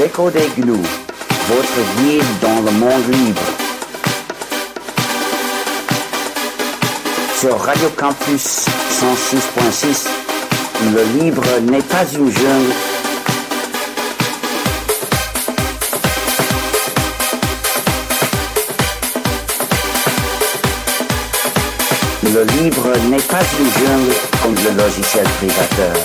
L'écho des gnous, votre guide dans le monde libre. Sur Radio Campus 106.6, le libre n'est pas une jungle. Le libre n'est pas une jungle comme le logiciel privateur.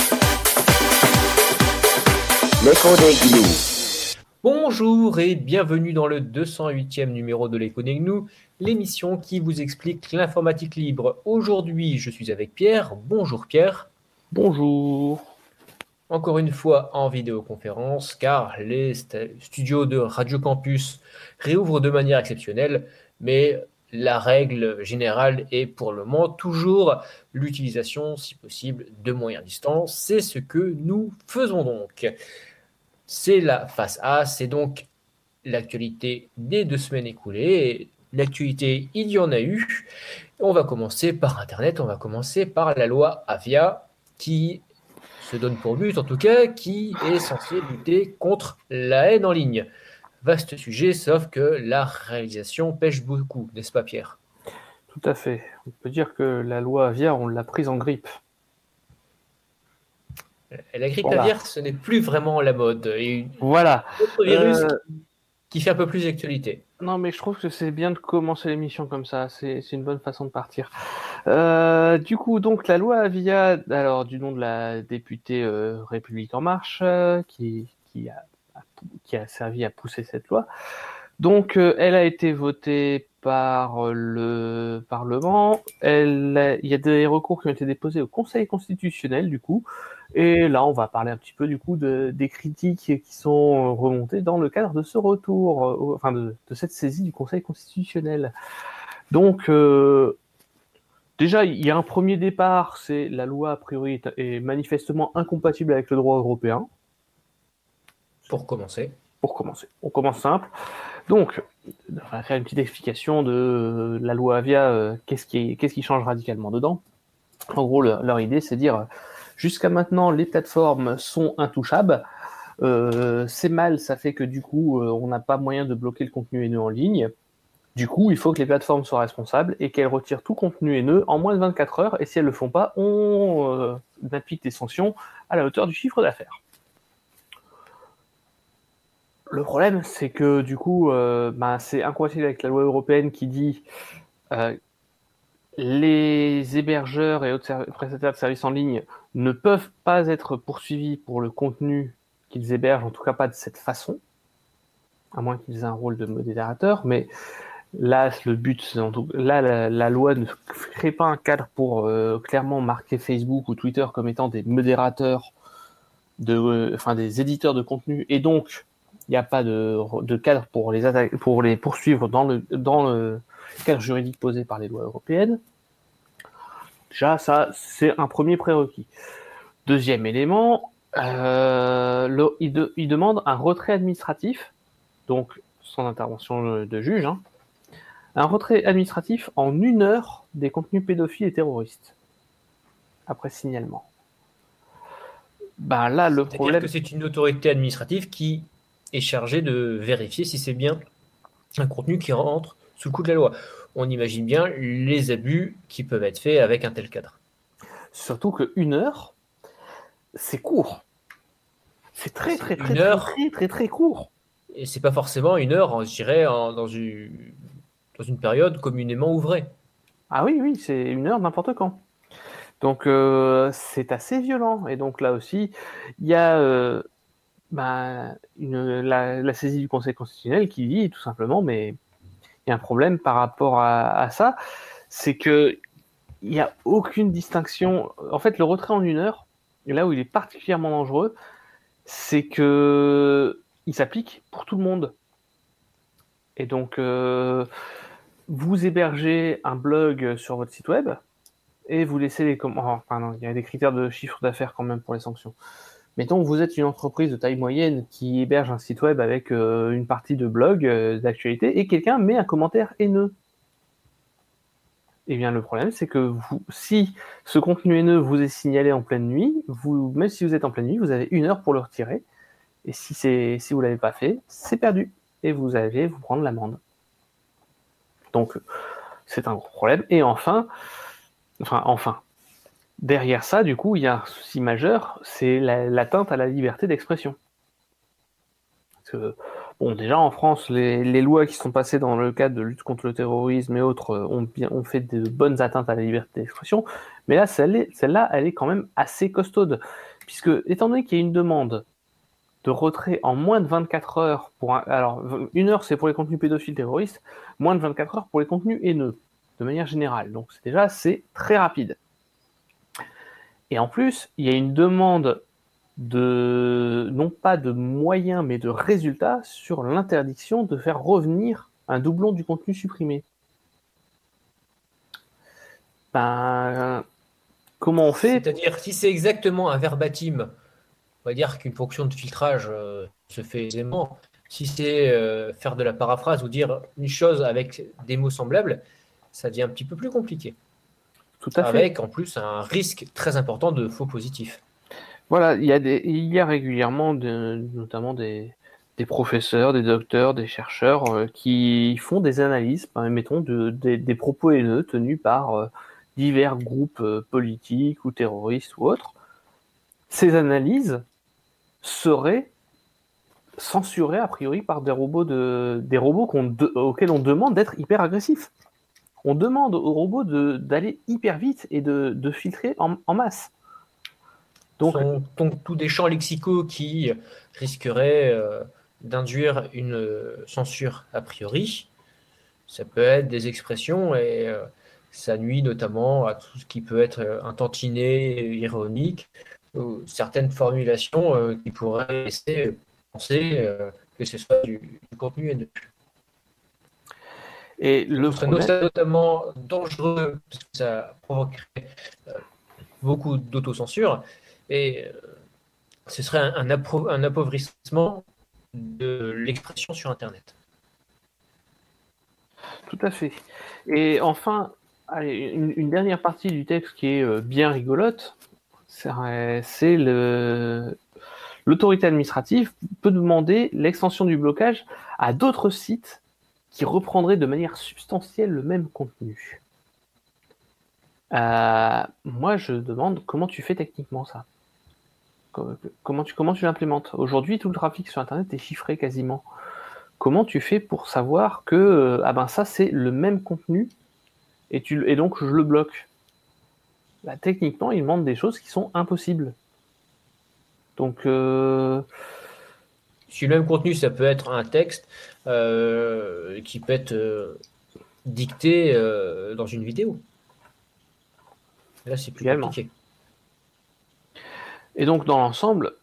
L'écho des gnous. Bonjour et bienvenue dans le 208e numéro de l'écho des gnous, l'émission qui vous explique l'informatique libre. Aujourd'hui, je suis avec Pierre. Bonjour Pierre. Bonjour. Encore une fois en vidéoconférence, car les studios de Radio Campus réouvrent de manière exceptionnelle, mais la règle générale est pour le moment toujours l'utilisation, si possible, de moyens à distance. C'est ce que nous faisons donc. C'est la face A, c'est donc l'actualité des 2 semaines écoulées. L'actualité, il y en a eu. On va commencer par Internet, on va commencer par la loi Avia, qui se donne pour but, en tout cas, qui est censée lutter contre la haine en ligne. Vaste sujet, sauf que la réalisation pêche beaucoup, n'est-ce pas Pierre ? Tout à fait. On peut dire que la loi Avia, on l'a prise en grippe. La grippe Voilà. aviaire, ce n'est plus vraiment la mode. Et Voilà. un autre virus qui fait un peu plus d'actualité. Non, mais je trouve que c'est bien de commencer l'émission comme ça. C'est une bonne façon de partir. Du coup, donc, la loi Avia, alors, du nom de la députée République En Marche, qui a servi à pousser cette loi. Donc, elle a été votée par le Parlement. Il y a des recours qui ont été déposés au Conseil constitutionnel, du coup. Et là, on va parler un petit peu, du coup, des critiques qui sont remontées dans le cadre de ce retour, de cette saisie du Conseil constitutionnel. Donc, déjà, il y a un premier départ, c'est la loi, a priori, est manifestement incompatible avec le droit européen. Pour commencer. On commence simple. Donc, on va faire une petite explication de la loi Avia, qu'est-ce qui change radicalement dedans. En gros, leur idée, c'est de dire, jusqu'à maintenant, les plateformes sont intouchables. C'est mal, ça fait que du coup, on n'a pas moyen de bloquer le contenu haineux en ligne. Du coup, il faut que les plateformes soient responsables et qu'elles retirent tout contenu haineux en moins de 24 heures. Et si elles ne le font pas, on applique des sanctions à la hauteur du chiffre d'affaires. Le problème, c'est que du coup, c'est incompatible avec la loi européenne qui dit les hébergeurs et autres prestataires de services en ligne ne peuvent pas être poursuivis pour le contenu qu'ils hébergent, en tout cas pas de cette façon, à moins qu'ils aient un rôle de modérateur. Mais là, le but, la loi ne crée pas un cadre pour clairement marquer Facebook ou Twitter comme étant des modérateurs, des éditeurs de contenu, et donc il n'y a pas de cadre pour les poursuivre dans le cadre juridique posé par les lois européennes. Déjà, ça, c'est un premier prérequis. Deuxième élément, il demande un retrait administratif, donc sans intervention de juge, un retrait administratif en 1 heure des contenus pédophiles et terroristes, après signalement. Là, le problème... C'est-à-dire que c'est une autorité administrative qui est chargé de vérifier si c'est bien un contenu qui rentre sous le coup de la loi. On imagine bien les abus qui peuvent être faits avec un tel cadre. Surtout que 1 heure, c'est court. C'est très court. Et c'est pas forcément 1 heure, je dirais, dans une période communément ouvrée. Ah oui, c'est 1 heure n'importe quand. Donc c'est assez violent. Et donc là aussi, il y a la saisie du Conseil constitutionnel qui dit tout simplement, mais il y a un problème par rapport à ça, c'est que il n'y a aucune distinction. En fait, le retrait en 1 heure, et là où il est particulièrement dangereux, c'est que il s'applique pour tout le monde. Et donc, vous hébergez un blog sur votre site web et vous laissez les commentaires. Il y a des critères de chiffre d'affaires quand même pour les sanctions. Mettons, vous êtes une entreprise de taille moyenne qui héberge un site web avec une partie de blog, d'actualité, et quelqu'un met un commentaire haineux. Eh bien, le problème, c'est que si ce contenu haineux vous est signalé en pleine nuit, même si vous êtes en pleine nuit, vous avez 1 heure pour le retirer. Et si vous l'avez pas fait, c'est perdu. Et vous allez vous prendre l'amende. Donc, c'est un gros problème. Et enfin, derrière ça, du coup, il y a un souci majeur, c'est l'atteinte à la liberté d'expression. Parce que, bon, déjà en France, les lois qui sont passées dans le cadre de lutte contre le terrorisme et autres ont fait de bonnes atteintes à la liberté d'expression, mais là, celle-là, elle est quand même assez costaude, puisque, étant donné qu'il y a une demande de retrait en moins de 24 heures, alors, 1 heure, c'est pour les contenus pédophiles terroristes, moins de 24 heures pour les contenus haineux, de manière générale. Donc, c'est très rapide. Et en plus, il y a une demande non pas de moyens, mais de résultats sur l'interdiction de faire revenir un doublon du contenu supprimé. Comment on fait? C'est-à-dire, si c'est exactement un verbatim, on va dire qu'une fonction de filtrage se fait aisément. Si c'est faire de la paraphrase ou dire une chose avec des mots semblables, ça devient un petit peu plus compliqué. Tout à fait. Avec en plus un risque très important de faux positifs. Voilà, il y a régulièrement notamment des professeurs, des docteurs, des chercheurs qui font des analyses, mettons, des propos haineux tenus par divers groupes politiques ou terroristes ou autres. Ces analyses seraient censurées a priori par des robots auxquels on demande d'être hyper agressifs. On demande aux robots d'aller hyper vite et de filtrer en masse. Donc, tous des champs lexicaux qui risqueraient d'induire une censure a priori. Ça peut être des expressions et ça nuit notamment à tout ce qui peut être un tantinet ironique, ou certaines formulations qui pourraient laisser penser que ce soit du contenu haineux. Et le problème, c'est notamment dangereux parce que ça provoquerait beaucoup d'autocensure et ce serait un appauvrissement de l'expression sur Internet. Tout à fait. Et enfin, allez, une dernière partie du texte qui est bien rigolote, c'est l'autorité administrative peut demander l'extension du blocage à d'autres sites qui reprendraient de manière substantielle le même contenu. Moi, je demande comment tu fais techniquement ça. Comment tu l'implémentes? Aujourd'hui, tout le trafic sur Internet est chiffré quasiment. Comment tu fais pour savoir que ça c'est le même contenu et donc je le bloque? Techniquement, il demande des choses qui sont impossibles. Donc, si le même contenu, ça peut être un texte qui peut être dicté dans une vidéo. Là, c'est plus compliqué. Et donc, dans l'ensemble,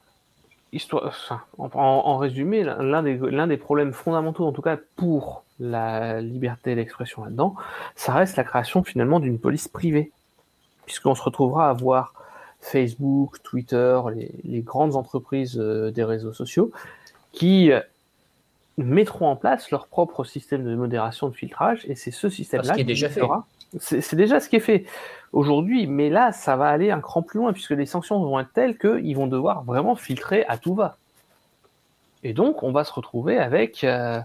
en résumé, l'un des problèmes fondamentaux, en tout cas pour la liberté d'expression là-dedans, ça reste la création finalement d'une police privée. Puisqu'on se retrouvera à voir Facebook, Twitter, les grandes entreprises des réseaux sociaux qui mettront en place leur propre système de modération de filtrage, et c'est ce système-là qui est déjà fait. C'est déjà ce qui est fait aujourd'hui, mais là, ça va aller un cran plus loin, puisque les sanctions vont être telles qu'ils vont devoir vraiment filtrer à tout va. Et donc, on va se retrouver avec un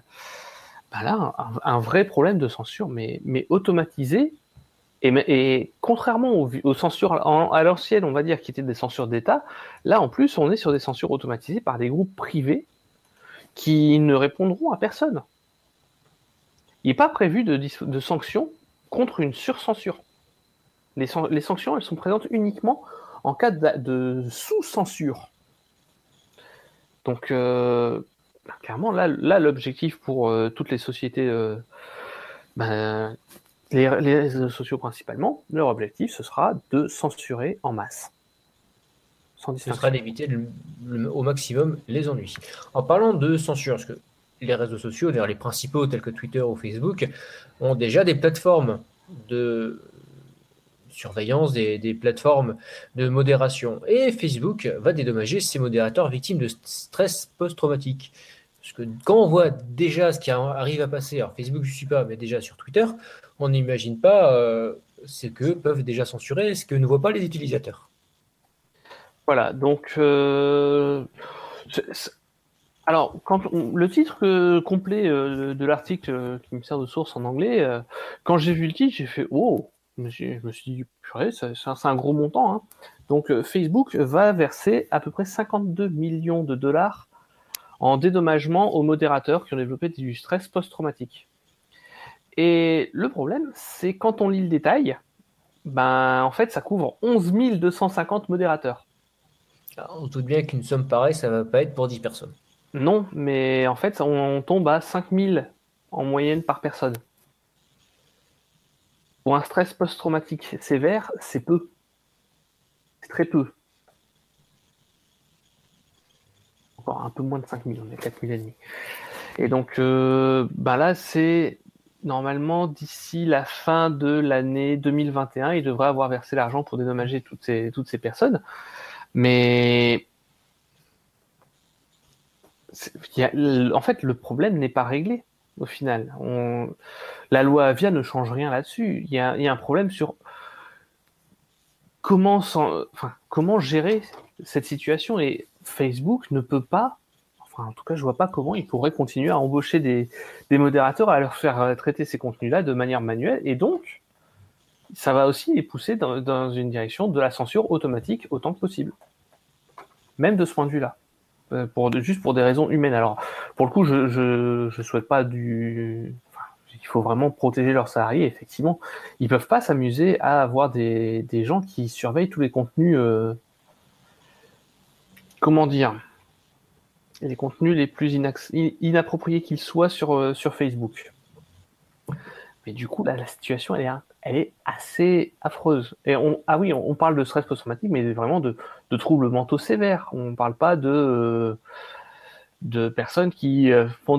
vrai problème de censure, mais automatisé. Et contrairement aux censures à l'ancienne, on va dire, qui étaient des censures d'État, là, en plus, on est sur des censures automatisées par des groupes privés qui ne répondront à personne. Il n'est pas prévu de sanctions contre une surcensure. Les sanctions, elles sont présentes uniquement en cas de sous-censure. Donc, clairement, là, l'objectif pour toutes les sociétés, les réseaux sociaux principalement, leur objectif, ce sera de censurer en masse. Ce sera d'éviter au maximum les ennuis. En parlant de censure, parce que les réseaux sociaux, d'ailleurs les principaux tels que Twitter ou Facebook, ont déjà des plateformes de surveillance, des plateformes de modération. Et Facebook va dédommager ses modérateurs victimes de stress post-traumatique. Parce que quand on voit déjà ce qui arrive à passer, alors Facebook je ne suis pas, mais déjà sur Twitter, on n'imagine pas ce que peuvent déjà censurer, ce que ne voient pas les utilisateurs. Voilà, donc Alors, le titre complet de l'article qui me sert de source en anglais, quand j'ai vu le titre, j'ai fait oh, je me suis dit purée, c'est un gros montant. Hein. Donc, Facebook va verser à peu près 52 millions de dollars en dédommagement aux modérateurs qui ont développé du stress post-traumatique. Et le problème, c'est quand on lit le détail, en fait, ça couvre 11 250 modérateurs. Alors, on se doute bien qu'une somme pareille, ça va pas être pour 10 personnes. Non, mais en fait, on tombe à 5000 en moyenne par personne. Pour un stress post-traumatique sévère, c'est peu. C'est très peu. Encore un peu moins de 5000, on est à 4000 et demi. Et donc, là, c'est normalement d'ici la fin de l'année 2021, il devrait avoir versé l'argent pour dédommager toutes ces personnes. Mais en fait, le problème n'est pas réglé au final. La loi Avia ne change rien là-dessus. Il y a un problème sur comment gérer cette situation, et Facebook ne peut pas, en tout cas je vois pas comment il pourrait continuer à embaucher des modérateurs, à leur faire traiter ces contenus-là de manière manuelle, et donc ça va aussi les pousser dans une direction de la censure automatique autant que possible. Même de ce point de vue-là. Juste pour des raisons humaines. Alors, pour le coup, je souhaite pas il faut vraiment protéger leurs salariés, effectivement. Ils peuvent pas s'amuser à avoir des gens qui surveillent tous les contenus, comment dire, les contenus les plus inappropriés qu'ils soient sur Facebook. Mais du coup, là, la situation, elle est assez affreuse. Et on parle de stress post-traumatique, mais vraiment de troubles mentaux sévères. On ne parle pas de personnes qui font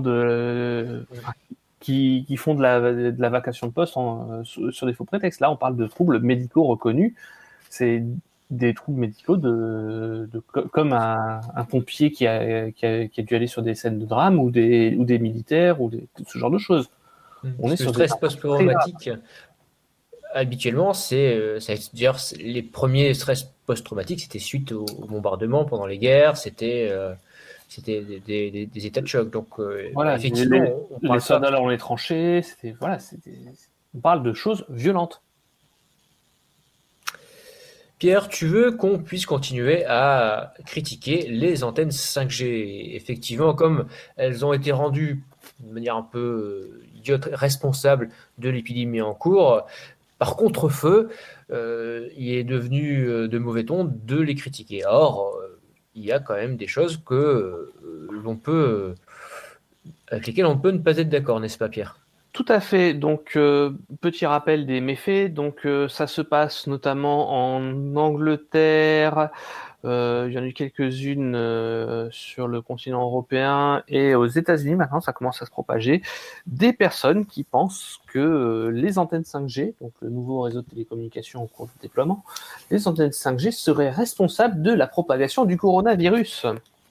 qui font de la vacation de poste sur des faux prétextes. Là, on parle de troubles médicaux reconnus. C'est des troubles médicaux comme un pompier qui a dû aller sur des scènes de drame, ou des militaires, ou ce genre de choses. On est sur le stress post-traumatique. Habituellement, c'est-à-dire les premiers stress post-traumatiques, c'était suite au bombardement pendant les guerres, c'était des états de choc. Donc, voilà, effectivement, les soldats dans les tranchées, on parle de choses violentes. Pierre, tu veux qu'on puisse continuer à critiquer les antennes 5G? Effectivement, comme elles ont été rendues de manière un peu idiote, responsable de l'épidémie en cours, par contre-feu, il est devenu de mauvais ton de les critiquer. Or, il y a quand même des choses avec lesquelles on peut ne pas être d'accord, n'est-ce pas, Pierre? Tout à fait. Donc, petit rappel des méfaits. Donc, ça se passe notamment en Angleterre. Il y en a eu quelques-unes sur le continent européen, et aux États-Unis. Maintenant, ça commence à se propager. Des personnes qui pensent que les antennes 5G, donc le nouveau réseau de télécommunications en cours de déploiement, les antennes 5G seraient responsables de la propagation du coronavirus.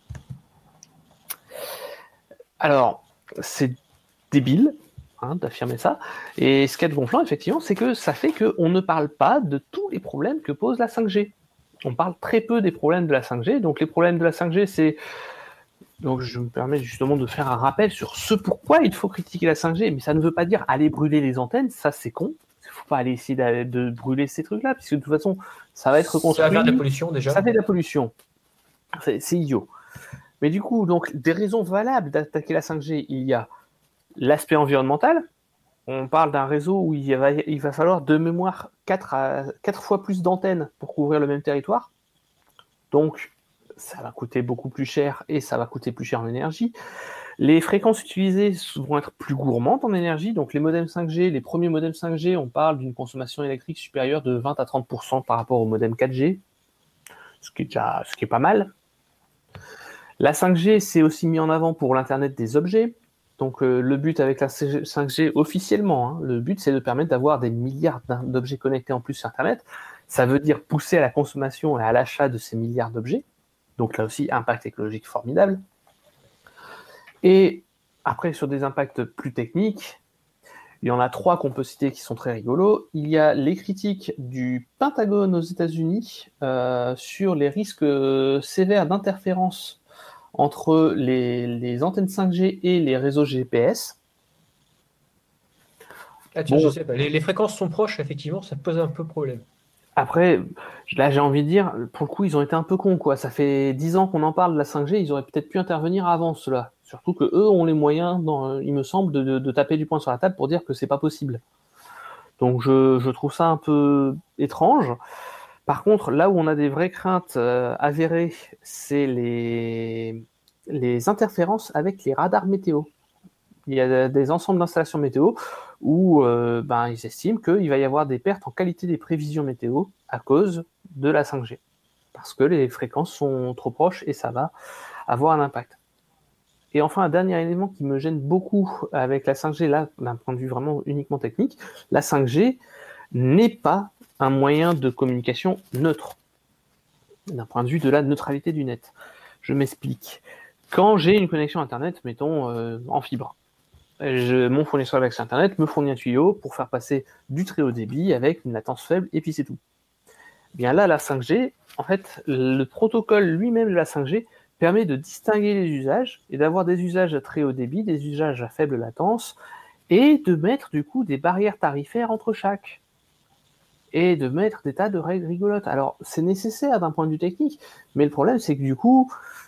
Alors, c'est débile d'affirmer ça. Et ce qu'il y a de gonflant, effectivement, c'est que ça fait qu'on ne parle pas de tous les problèmes que pose la 5G. On parle très peu des problèmes de la 5G. Donc les problèmes de la 5G, c'est... Donc je me permets justement de faire un rappel sur ce pourquoi il faut critiquer la 5G. Mais ça ne veut pas dire aller brûler les antennes, ça c'est con. Il ne faut pas aller essayer de brûler ces trucs-là, puisque de toute façon, ça va être reconstruit. Ça va faire de la pollution déjà. Ça fait de la pollution. C'est idiot. Mais du coup, donc, des raisons valables d'attaquer la 5G, il y a l'aspect environnemental. On parle d'un réseau où il va falloir de mémoire 4 fois plus d'antennes pour couvrir le même territoire. Donc, ça va coûter beaucoup plus cher, et ça va coûter plus cher en énergie. Les fréquences utilisées vont être plus gourmandes en énergie. Donc, les modems 5G, les premiers modems 5G, on parle d'une consommation électrique supérieure de 20 à 30% par rapport au modem 4G, ce qui est pas mal. La 5G, c'est aussi mis en avant pour l'Internet des objets. Donc, le but avec la 5G officiellement, le but, c'est de permettre d'avoir des milliards d'objets connectés en plus sur Internet. Ça veut dire pousser à la consommation et à l'achat de ces milliards d'objets. Donc là aussi, impact écologique formidable. Et après, sur des impacts plus techniques, il y en a 3 qu'on peut citer qui sont très rigolos. Il y a les critiques du Pentagone aux États-Unis sur les risques sévères d'interférence entre les antennes 5G et les réseaux GPS. Ah, tiens, je sais pas. Les fréquences sont proches, effectivement, ça pose un peu problème. Après, là, j'ai envie de dire, pour le coup, ils ont été un peu cons, quoi. Ça fait 10 ans qu'on en parle de la 5G, ils auraient peut-être pu intervenir avant cela. Surtout que eux ont les moyens, il me semble, de taper du poing sur la table pour dire que c'est pas possible. Donc je trouve ça un peu étrange. Par contre, là où on a des vraies craintes avérées, c'est les interférences avec les radars météo. Il y a des ensembles d'installations météo où ils estiment qu'il va y avoir des pertes en qualité des prévisions météo à cause de la 5G. Parce que les fréquences sont trop proches et ça va avoir un impact. Et enfin, un dernier élément qui me gêne beaucoup avec la 5G, là, d'un point de vue vraiment uniquement technique, la 5G n'est pas un moyen de communication neutre, d'un point de vue de la neutralité du net. Je m'explique. Quand j'ai une connexion Internet, mettons en fibre, mon fournisseur d'accès Internet me fournit un tuyau pour faire passer du très haut débit avec une latence faible, et puis c'est tout. Bien là, la 5G, en fait, le protocole lui-même de la 5G permet de distinguer les usages et d'avoir des usages à très haut débit, des usages à faible latence, et de mettre du coup des barrières tarifaires entre chaque. Et de mettre des tas de règles rigolotes. Alors, c'est nécessaire d'un point de vue technique, mais le problème, c'est que du coup,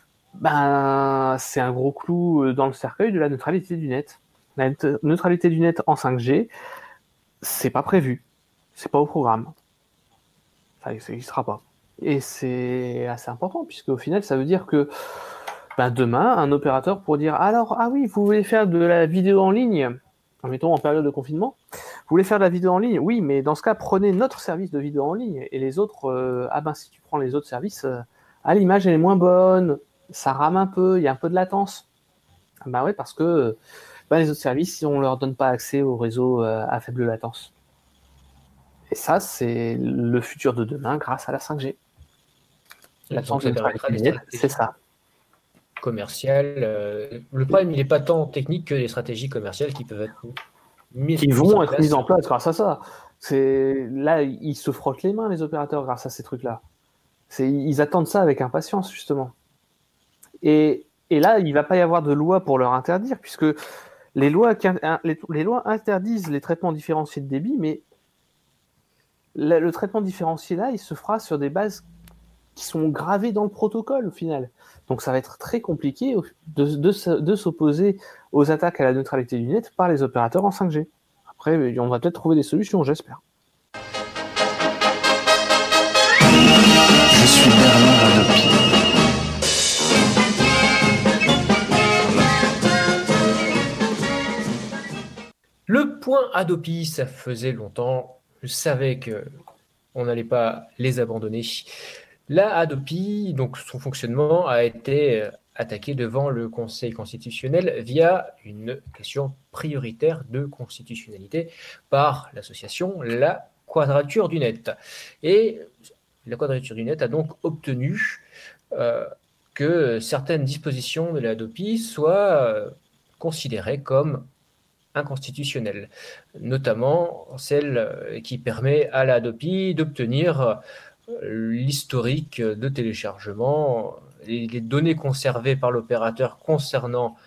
c'est un gros clou dans le cercueil de la neutralité du net. La neutralité du net en 5G, c'est pas prévu. C'est pas au programme. Ça n'existera pas. Et c'est assez important, puisque au final, ça veut dire que demain, un opérateur pourrait dire alors, ah oui, vous voulez faire de la vidéo en ligne, mettons en période de confinement, vous voulez faire de la vidéo en ligne, oui, mais dans ce cas, prenez notre service de vidéo en ligne, et les autres, si tu prends les autres services, l'image elle est moins bonne, ça rame un peu, il y a un peu de latence. Oui, parce que les autres services, on leur donne pas accès au réseau à faible latence. Et ça, c'est le futur de demain grâce à la 5G. Donc ça permettra des stratégies c'est ça. Commerciales. Le problème, il n'est pas tant technique que les stratégies commerciales qui peuvent être mises en place grâce à ça. Là, ils se frottent les mains, les opérateurs, grâce à ces trucs-là. Ils attendent ça avec impatience, justement. Et là, il ne va pas y avoir de loi pour leur interdire, puisque les lois interdisent les traitements différenciés de débit, mais le traitement différencié là, il se fera sur des bases qui sont gravées dans le protocole au final. Donc ça va être très compliqué de s'opposer aux attaques à la neutralité du net par les opérateurs en 5G. Après, on va peut-être trouver des solutions, j'espère. Je suis Bernard Adopi. Le point Adopi, ça faisait longtemps. Je savais qu'on n'allait pas les abandonner. La Adopi, donc son fonctionnement a été attaqué devant le Conseil constitutionnel via une question prioritaire de constitutionnalité par l'association La Quadrature du Net. Et la Quadrature du Net a donc obtenu que certaines dispositions de la Adopi soient considérées comme inconstitutionnelles, notamment celle qui permet à la Adopi d'obtenir l'historique de téléchargement, les données conservées par l'opérateur concernant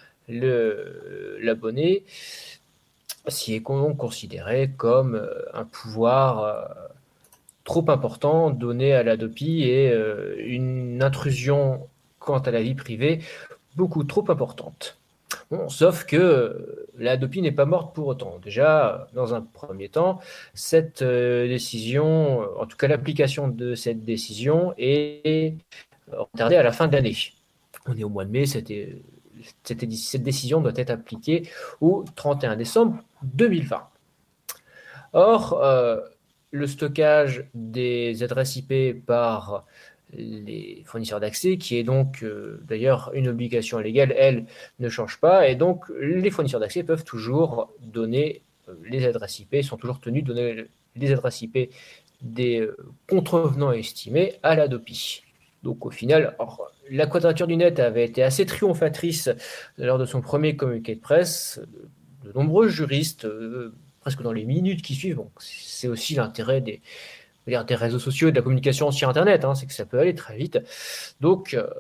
l'abonné, si est considéré comme un pouvoir trop important donné à l'Adopi et une intrusion quant à la vie privée beaucoup trop importante. Bon, sauf que l'Adopi n'est pas morte pour autant. Déjà, dans un premier temps, cette décision, en tout cas l'application de cette décision, est retardée à la fin de l'année. On est au mois de mai, cette décision doit être appliquée au 31 décembre 2020. Or, le stockage des adresses IP par les fournisseurs d'accès, qui est donc d'ailleurs une obligation légale, elle ne change pas, et donc les fournisseurs d'accès peuvent toujours donner les adresses IP, sont toujours tenus de donner les adresses IP des contrevenants estimés à l'Adopi. Donc au final, la Quadrature du Net avait été assez triomphatrice lors de son premier communiqué de presse. De nombreux juristes, presque dans les minutes qui suivent, bon, c'est aussi l'intérêt des réseaux sociaux et de la communication sur Internet, c'est que ça peut aller très vite. Donc,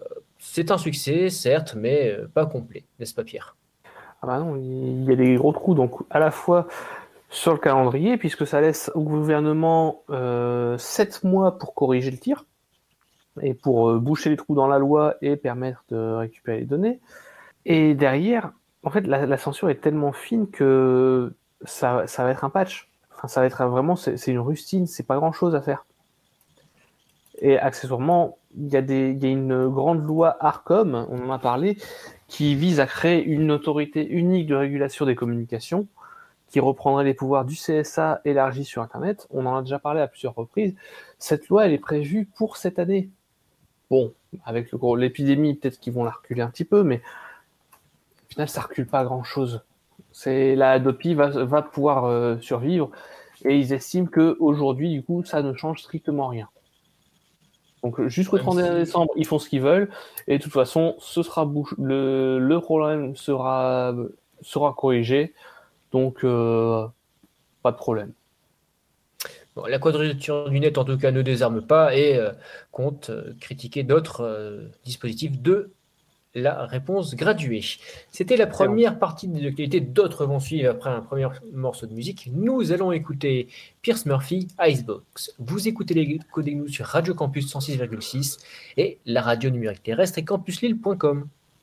c'est un succès, certes, mais pas complet, n'est-ce pas Pierre? Ah bah non, il y a des gros trous, donc à la fois sur le calendrier, puisque ça laisse au gouvernement 7 mois pour corriger le tir, et pour boucher les trous dans la loi et permettre de récupérer les données. Et derrière, en fait, la censure est tellement fine que ça va être un patch. Enfin, ça va être vraiment, c'est une rustine, c'est pas grand-chose à faire. Et accessoirement, il y a une grande loi ARCOM, on en a parlé, qui vise à créer une autorité unique de régulation des communications, qui reprendrait les pouvoirs du CSA élargis sur Internet. On en a déjà parlé à plusieurs reprises. Cette loi, elle est prévue pour cette année. Bon, avec l'épidémie, peut-être qu'ils vont la reculer un petit peu, mais au final, ça recule pas grand-chose. La Hadopi va pouvoir survivre, et ils estiment qu'aujourd'hui, du coup, ça ne change strictement rien. Donc jusqu'au 31 décembre, ils font ce qu'ils veulent, et de toute façon, le problème sera corrigé, donc pas de problème. Bon, la Quadrature du Net, en tout cas, ne désarme pas et compte critiquer d'autres dispositifs de la réponse graduée. C'était la première partie de l'actualité. D'autres vont suivre après un premier morceau de musique. Nous allons écouter Pierce Murphy, Icebox. Vous écoutez les Codez Nous sur Radio Campus 106,6 et la radio numérique terrestre et campuslille.com.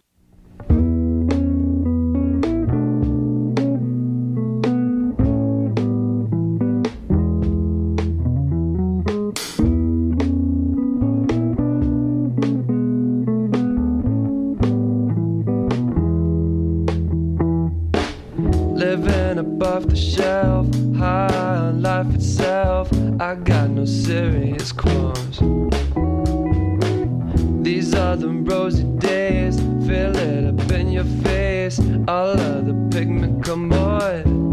Off the shelf, high on life itself. I got no serious qualms. These are the rosy days, feel it up in your face. All of the pigment come on.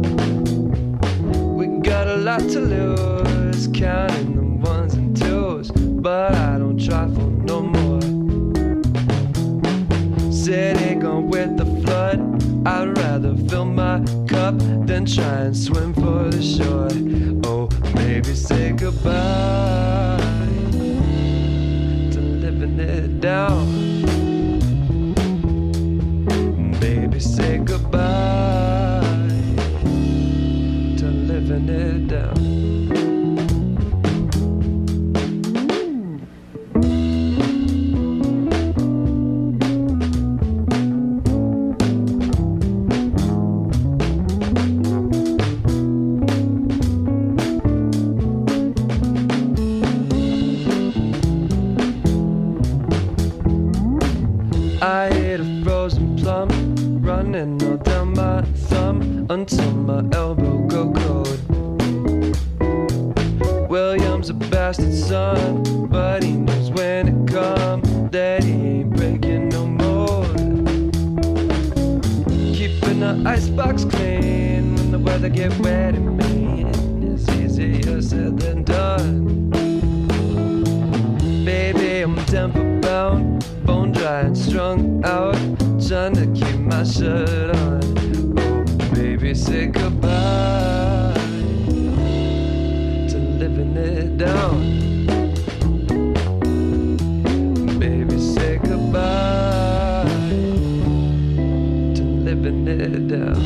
We got a lot to lose, counting the ones and twos, but I don't try for no more. City gone with the flood, I'd rather fill my cup than try and swim for the shore. Oh, maybe say goodbye to living it down. Baby, say goodbye to living it down. Until my elbow go cold. William's a bastard son, but he knows when it comes that he ain't breaking no mold. Keeping the icebox clean when the weather get wet in Maine is easier said than done. Baby, I'm temper bound, bone dry and strung out, trying to keep my shirt on. Baby, say goodbye to living it down. Baby, say goodbye to living it down.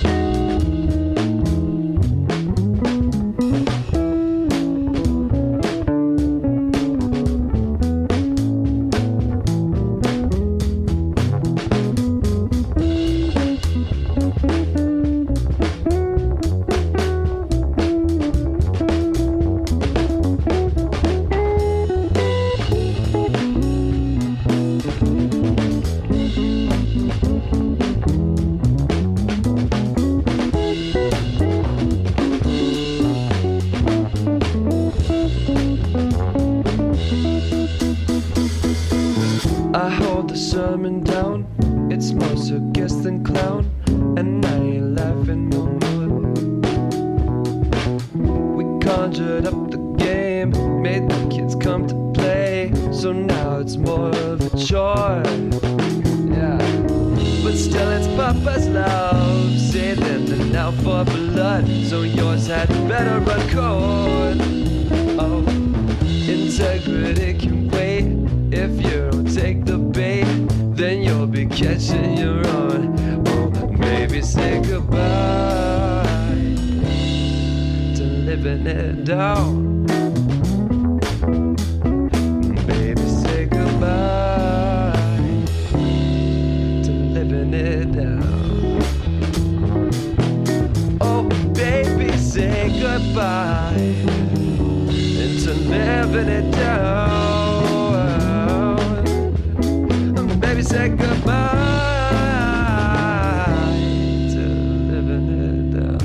Sermon down, it's more circus than clown, and I ain't laughing no more. We conjured up the game, made the kids come to play, so now it's more of a chore. Yeah, but still it's Papa's love, saving it now for blood, so yours had better run cold. Oh, integrity can wait if you don't take the bait. you're catching your own. Oh, maybe say goodbye to living it down. Baby, say goodbye to living it down. Oh, baby, say goodbye and to living it down. Baby, say goodbye to living it down.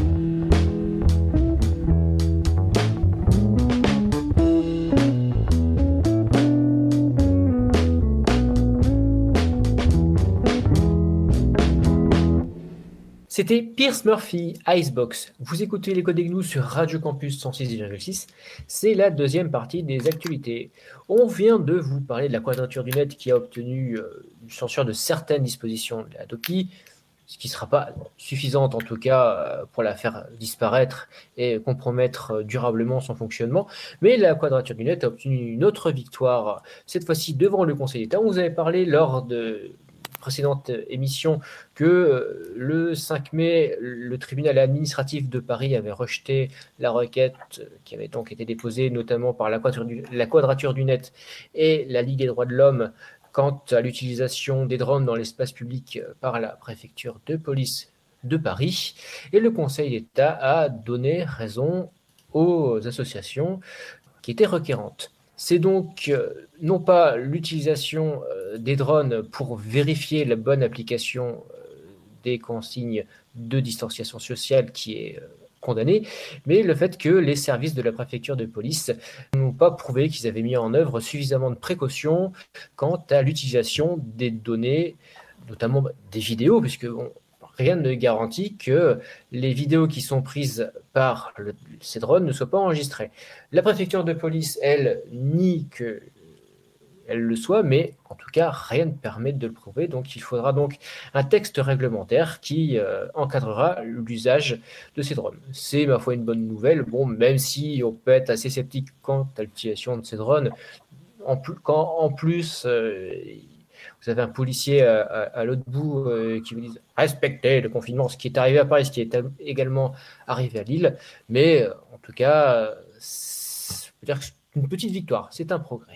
C'était Pierce Murphy, Icebox. Vous écoutez les Codes des Gnous sur Radio Campus 106,6. C'est la deuxième partie des actualités. On vient de vous parler de la Quadrature du Net qui a obtenu une censure de certaines dispositions de la Dopi, ce qui ne sera pas suffisante en tout cas pour la faire disparaître et compromettre durablement son fonctionnement. Mais la Quadrature du Net a obtenu une autre victoire, cette fois-ci devant le Conseil d'État. On vous avait parlé lors de précédente émission que le 5 mai, le tribunal administratif de Paris avait rejeté la requête qui avait donc été déposée notamment par la Quadrature du Net et la Ligue des droits de l'homme quant à l'utilisation des drones dans l'espace public par la préfecture de police de Paris. Et le Conseil d'État a donné raison aux associations qui étaient requérantes. C'est donc non pas l'utilisation des drones pour vérifier la bonne application des consignes de distanciation sociale qui est condamnée, mais le fait que les services de la préfecture de police n'ont pas prouvé qu'ils avaient mis en œuvre suffisamment de précautions quant à l'utilisation des données, notamment des vidéos, puisque rien ne garantit que les vidéos qui sont prises par ces drones ne soient pas enregistrées. La préfecture de police, elle, nie qu'elle le soit, mais en tout cas, rien ne permet de le prouver. Donc, il faudra donc un texte réglementaire qui encadrera l'usage de ces drones. C'est, ma foi, une bonne nouvelle. Bon, même si on peut être assez sceptique quant à l'utilisation de ces drones, quand en plus... vous avez un policier à l'autre bout qui vous dit respectez le confinement, ce qui est arrivé à Paris, ce qui est également arrivé à Lille. Mais en tout cas, je peux dire que c'est une petite victoire, c'est un progrès.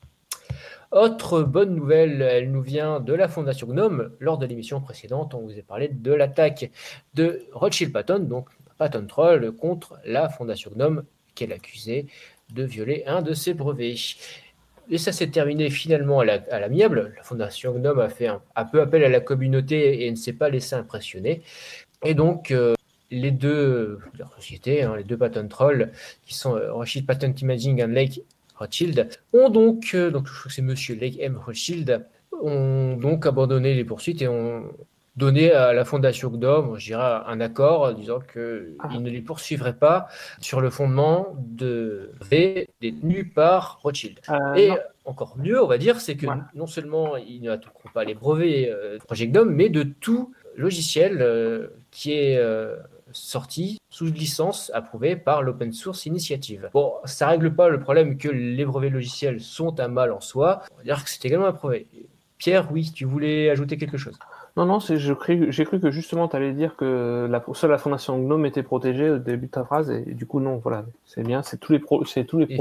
Autre bonne nouvelle, elle nous vient de la Fondation Gnome. Lors de l'émission précédente, on vous a parlé de l'attaque de Rothschild Patton, donc Patton Troll, contre la Fondation Gnome, qu'elle accusait de violer un de ses brevets. Et ça s'est terminé finalement à l'amiable. La Fondation Gnome a fait un peu appel à la communauté et ne s'est pas laissé impressionner. Et donc, les deux sociétés, les deux Patton Trolls, qui sont Rothschild Patent Imaging et Lake Rothschild, ont donc je crois que c'est Monsieur Lake M. Rothschild, ont donc abandonné les poursuites et ont donné à la Fondation Gnome, je dirais, un accord disant qu'ils ne les poursuivraient pas sur le fondement de brevets détenus par Rothschild. Et encore mieux, on va dire, c'est que non seulement ils ne n'attaqueront pas les brevets du projet Gnome, mais de tout logiciel qui est sorti sous licence approuvée par l'Open Source Initiative. Bon, ça ne règle pas le problème que les brevets logiciels sont un mal en soi. On va dire que c'est également approuvé. Pierre, oui, tu voulais ajouter quelque chose ? Non, j'ai cru que justement tu allais dire que seule la Fondation Gnome était protégée au début de ta phrase, et du coup non, voilà, c'est bien, c'est tous les projets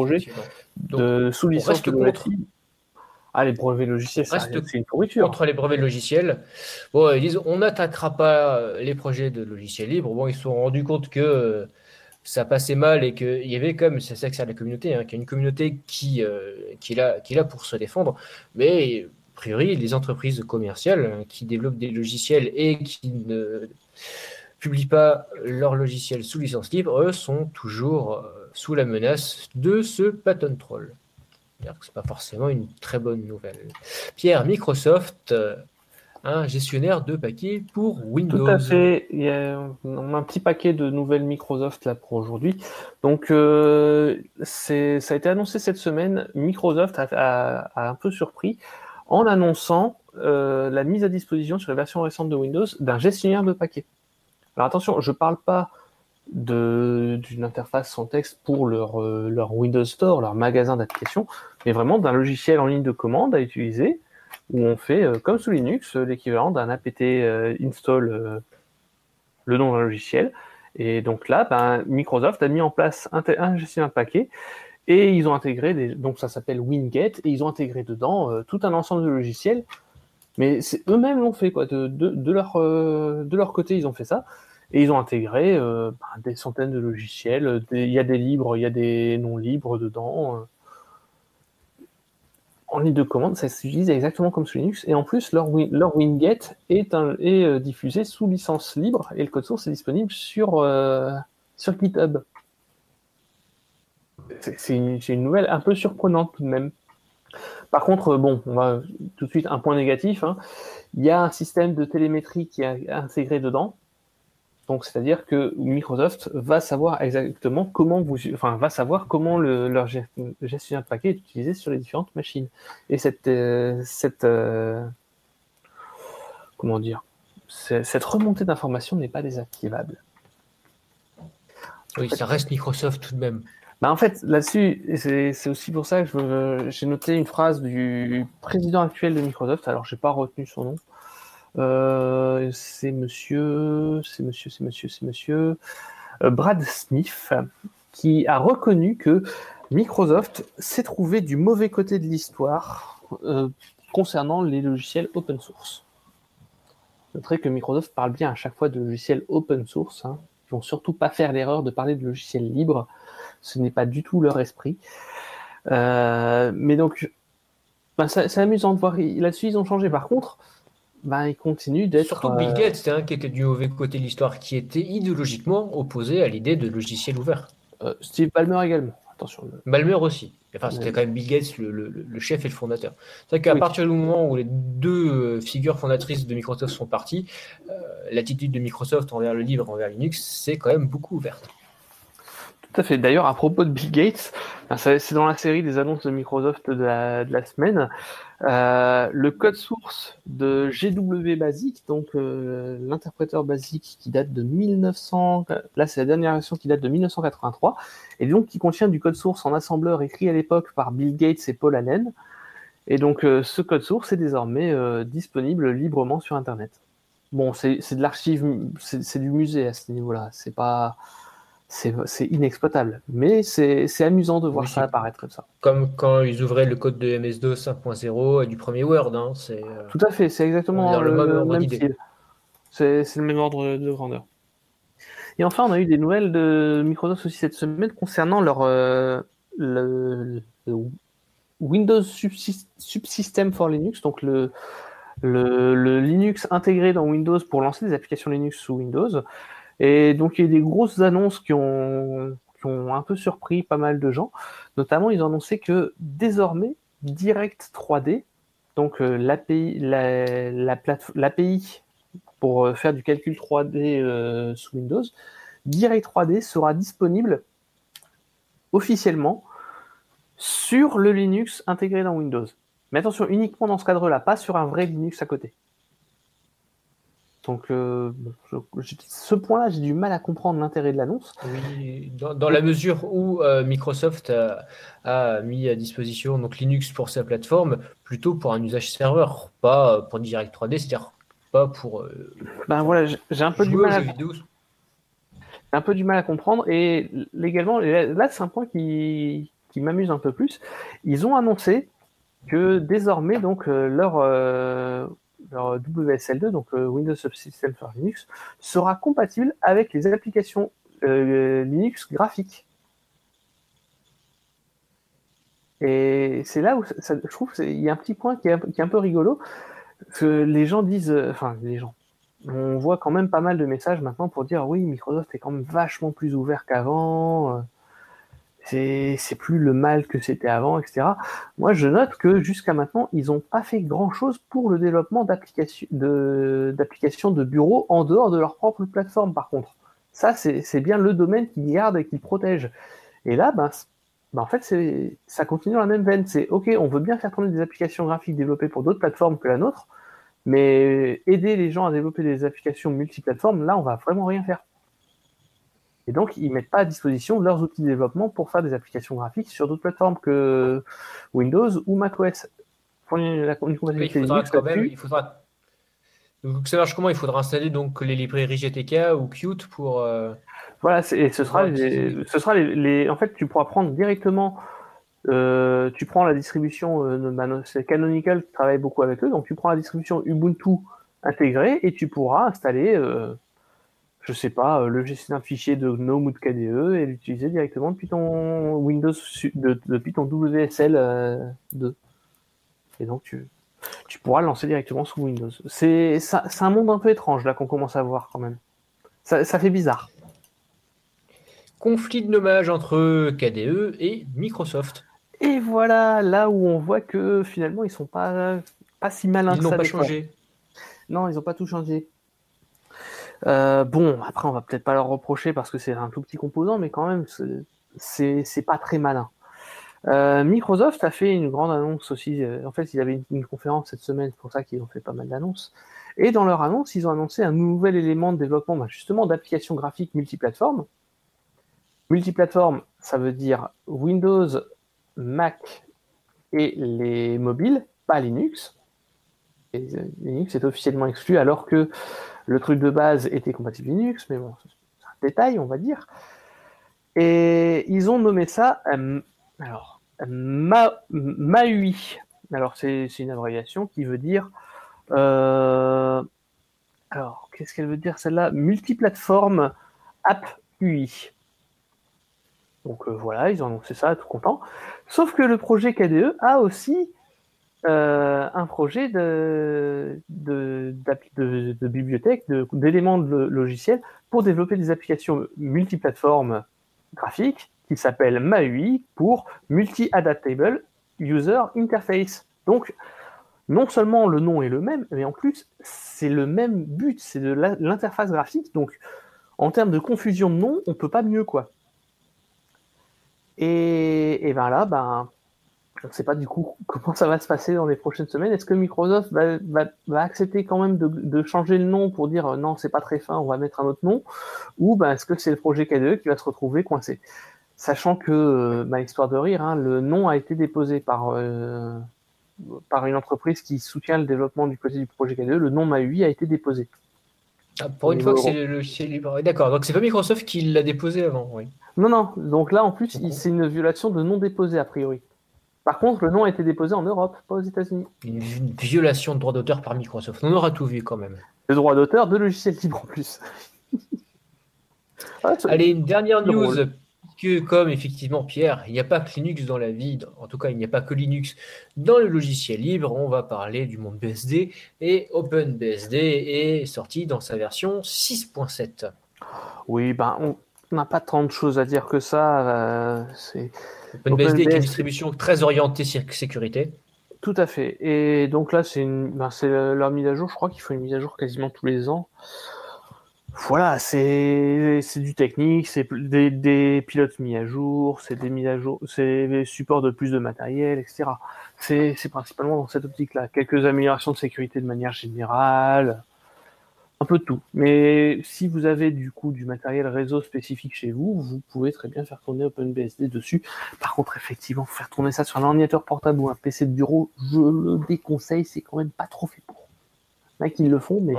de sous licence de contre. Les brevets logiciels, c'est une pourriture. Contre les brevets logiciels, bon, ils disent on n'attaquera pas les projets de logiciels libres. Bon, ils se sont rendus compte que ça passait mal et qu'il y avait comme, c'est ça que sert la communauté, qu'il y a une communauté qui est là pour se défendre, mais a priori, les entreprises commerciales qui développent des logiciels et qui ne publient pas leurs logiciels sous licence libre, eux, sont toujours sous la menace de ce Patton Troll. C'est-à-dire que ce n'est pas forcément une très bonne nouvelle. Pierre, Microsoft, un gestionnaire de paquets pour Windows. Tout à fait. On a un petit paquet de nouvelles Microsoft là pour aujourd'hui. Donc, ça a été annoncé cette semaine. Microsoft a un peu surpris en annonçant la mise à disposition sur les versions récentes de Windows d'un gestionnaire de paquets. Alors attention, je ne parle pas d'une interface sans texte pour leur Windows Store, leur magasin d'applications, mais vraiment d'un logiciel en ligne de commande à utiliser où on fait, comme sous Linux, l'équivalent d'un apt install le nom d'un logiciel. Et donc là, Microsoft a mis en place un gestionnaire de paquets et ils ont intégré, donc ça s'appelle Winget, et ils ont intégré dedans tout un ensemble de logiciels. Mais c'est eux-mêmes l'ont fait, quoi. De leur côté, ils ont fait ça. Et ils ont intégré des centaines de logiciels. Il y a des libres, il y a des non libres dedans. En ligne de commande, ça s'utilise exactement comme sous Linux. Et en plus, leur Winget est diffusé sous licence libre et le code source est disponible sur GitHub. C'est une nouvelle un peu surprenante tout de même. Par contre, bon, on va tout de suite un point négatif. Hein. Il y a un système de télémétrie qui est intégré dedans. Donc, c'est-à-dire que Microsoft va savoir exactement comment leur gestionnaire de paquets est utilisé sur les différentes machines. Et cette remontée d'informations n'est pas désactivable. Oui, ça reste Microsoft tout de même. En fait, là-dessus, c'est aussi pour ça que j'ai noté une phrase du président actuel de Microsoft. Alors, j'ai pas retenu son nom. C'est monsieur Brad Smith, qui a reconnu que Microsoft s'est trouvé du mauvais côté de l'histoire concernant les logiciels open source. Notez que Microsoft parle bien à chaque fois de logiciels open source. Hein. Ils vont surtout pas faire l'erreur de parler de logiciels libres. Ce n'est pas du tout leur esprit. Mais donc, c'est amusant de voir. Là-dessus, ils ont changé. Par contre, il continue d'être... Surtout Bill Gates, qui était du mauvais côté de l'histoire, qui était idéologiquement opposé à l'idée de logiciel ouvert. Steve Ballmer également. Attention. Ballmer aussi. Enfin, c'était quand même Bill Gates, le chef et le fondateur. C'est vrai qu'à partir du moment où les deux figures fondatrices de Microsoft sont parties, l'attitude de Microsoft envers le libre, envers Linux, c'est quand même beaucoup ouverte. Tout à fait. D'ailleurs, à propos de Bill Gates, c'est dans la série des annonces de Microsoft de la semaine, le code source de GW Basic, donc l'interpréteur basique qui date de 1900, là c'est la dernière version qui date de 1983, et donc qui contient du code source en assembleur écrit à l'époque par Bill Gates et Paul Allen. Et donc ce code source est désormais disponible librement sur Internet. Bon, c'est de l'archive, c'est du musée à ce niveau-là, c'est inexploitable, mais c'est amusant de voir ça apparaître comme ça. Comme quand ils ouvraient le code de MS-DOS 5.0 et du premier Word. Hein, tout à fait, c'est exactement le même style. C'est le même ordre de grandeur. Et enfin, on a eu des nouvelles de Microsoft aussi cette semaine concernant leur le Windows Subsystem for Linux, donc le Linux intégré dans Windows pour lancer des applications Linux sous Windows. Et donc, il y a eu des grosses annonces qui ont un peu surpris pas mal de gens. Notamment, ils ont annoncé que désormais, Direct 3D, donc l'API pour faire du calcul 3D sous Windows, Direct 3D sera disponible officiellement sur le Linux intégré dans Windows. Mais attention, uniquement dans ce cadre-là, pas sur un vrai Linux à côté. Donc, ce point-là, j'ai du mal à comprendre l'intérêt de l'annonce. Oui, dans la mesure où Microsoft a mis à disposition donc Linux pour sa plateforme, plutôt pour un usage serveur, pas pour Direct 3D, c'est-à-dire pas pour. Voilà, j'ai un peu du mal à comprendre. Et légalement, là, c'est un point qui m'amuse un peu plus. Ils ont annoncé que désormais, donc, leur WSL2, donc Windows Subsystem for Linux, sera compatible avec les applications Linux graphiques. Et c'est là où je trouve qu'il y a un petit point qui est un peu rigolo, que les gens disent, on voit quand même pas mal de messages maintenant pour dire oui, Microsoft est quand même vachement plus ouvert qu'avant, c'est plus le mal que c'était avant, etc. Moi, je note que jusqu'à maintenant, ils n'ont pas fait grand-chose pour le développement d'applications de bureau en dehors de leur propre plateforme, par contre. Ça, c'est bien le domaine qu'ils gardent et qu'ils protègent. Et là, en fait, ça continue dans la même veine. C'est OK, on veut bien faire tourner des applications graphiques développées pour d'autres plateformes que la nôtre, mais aider les gens à développer des applications multiplateformes, là, on va vraiment rien faire. Et donc, ils ne mettent pas à disposition leurs outils de développement pour faire des applications graphiques sur d'autres plateformes que Windows ou macOS. fournit une Mais il compatibilité faudra Linux quand même, là-dessus. Donc, ça marche comment? Il faudra installer donc les librairies GTK ou Qt pour Voilà, et ce sera pouvoir utiliser. en fait, tu pourras prendre directement. Tu prends la distribution, c'est Canonical qui travaille beaucoup avec eux, donc tu prends la distribution Ubuntu intégrée et tu pourras installer, je sais pas, le gestionnaire de fichiers de GNOME ou de KDE et l'utiliser directement depuis ton Windows, depuis ton WSL 2. Et donc tu pourras le lancer directement sous Windows. C'est un monde un peu étrange là qu'on commence à voir quand même. Ça fait bizarre. Conflit de nommage entre KDE et Microsoft. Et voilà, là où on voit que finalement ils sont pas si malins Ils que n'ont ça pas des fois. changé. Non, ils n'ont pas tout changé. Bon, après on va peut-être pas leur reprocher parce que c'est un tout petit composant, mais quand même c'est pas très malin. Microsoft a fait une grande annonce aussi. En fait, ils avaient une conférence cette semaine, c'est pour ça qu'ils ont fait pas mal d'annonces. Et dans leur annonce, ils ont annoncé un nouvel élément de développement, justement d'applications graphiques multiplateformes. Multiplateforme, ça veut dire Windows, Mac et les mobiles, pas Linux. Et Linux est officiellement exclu alors que le truc de base était compatible Linux, mais bon, c'est un détail, on va dire. Et ils ont nommé ça MAUI. Alors, c'est une abréviation qui veut dire... alors, qu'est-ce qu'elle veut dire celle-là? Multiplateforme App UI. Donc voilà, ils ont annoncé ça, tout content. Sauf que le projet KDE a aussi un projet de bibliothèque, d'éléments de logiciels pour développer des applications multiplateformes graphiques qui s'appelle MAUI pour Multi-Adaptable User Interface. Donc, non seulement le nom est le même, mais en plus, c'est le même but, c'est de l'interface graphique. Donc, en termes de confusion de nom, on peut pas mieux, quoi. Et ben là, on ne sait pas du coup comment ça va se passer dans les prochaines semaines. Est-ce que Microsoft va accepter quand même de changer le nom pour dire non, c'est pas très fin, on va mettre un autre nom, ou est-ce que c'est le projet KDE qui va se retrouver coincé? Sachant que, histoire de rire, le nom a été déposé par une entreprise qui soutient le développement du côté du projet KDE. Le nom MAUI a été déposé. Ah, pour une fois que c'est le logiciel libre. D'accord, donc c'est pas Microsoft qui l'a déposé avant, oui. Non. Donc là, en plus, c'est une violation de nom déposé, a priori. Par contre, le nom a été déposé en Europe, pas aux États-Unis. Une violation de droit d'auteur par Microsoft. On aura tout vu quand même. Le droit d'auteur de logiciels libres en plus. Allez, une dernière news. Drôle. Que comme effectivement, Pierre, il n'y a pas que Linux dans la vie, en tout cas, il n'y a pas que Linux dans le logiciel libre. On va parler du monde BSD et OpenBSD est sorti dans sa version 6.7. Oui, on n'a pas tant de choses à dire que ça. OpenBSD est une distribution très orientée sécurité. Tout à fait. Et donc là, c'est leur mise à jour. Je crois qu'il faut une mise à jour quasiment tous les ans. Voilà, c'est du technique, c'est des pilotes mis à jour, c'est des mises à jour, c'est des supports de plus de matériel, etc. C'est principalement dans cette optique-là. Quelques améliorations de sécurité de manière générale, un peu de tout. Mais si vous avez du coup du matériel réseau spécifique chez vous, vous pouvez très bien faire tourner OpenBSD dessus. Par contre, effectivement, faire tourner ça sur un ordinateur portable ou un PC de bureau, je le déconseille, c'est quand même pas trop fait pour. Il y en a qui le font, mais...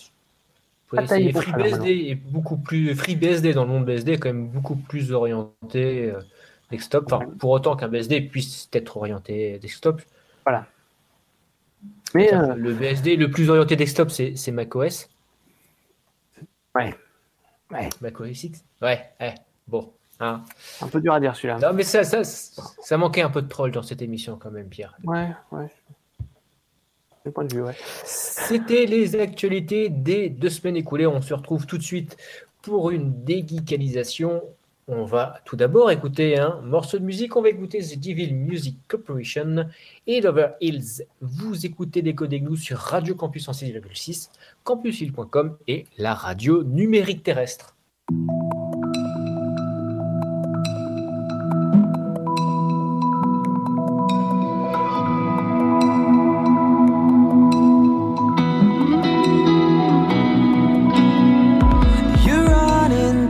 FreeBSD dans le monde BSD est quand même beaucoup plus orienté desktop. Enfin, pour autant qu'un BSD puisse être orienté desktop. Voilà. Mais le BSD le plus orienté desktop, c'est macOS. Ouais. macOS X. Ouais. Bon. Hein. Un peu dur à dire celui-là. Non, mais ça manquait un peu de troll dans cette émission quand même, Pierre. Ouais. Point de vue, ouais. C'était les actualités des 2 semaines écoulées. On se retrouve tout de suite pour une dégeekalisation. On va tout d'abord écouter un morceau de musique. On va écouter The Devil Music Corporation et Over Hills. Vous écoutez Décodez Gnous sur Radio Campus en 6,6, campuslille.com et la radio numérique terrestre.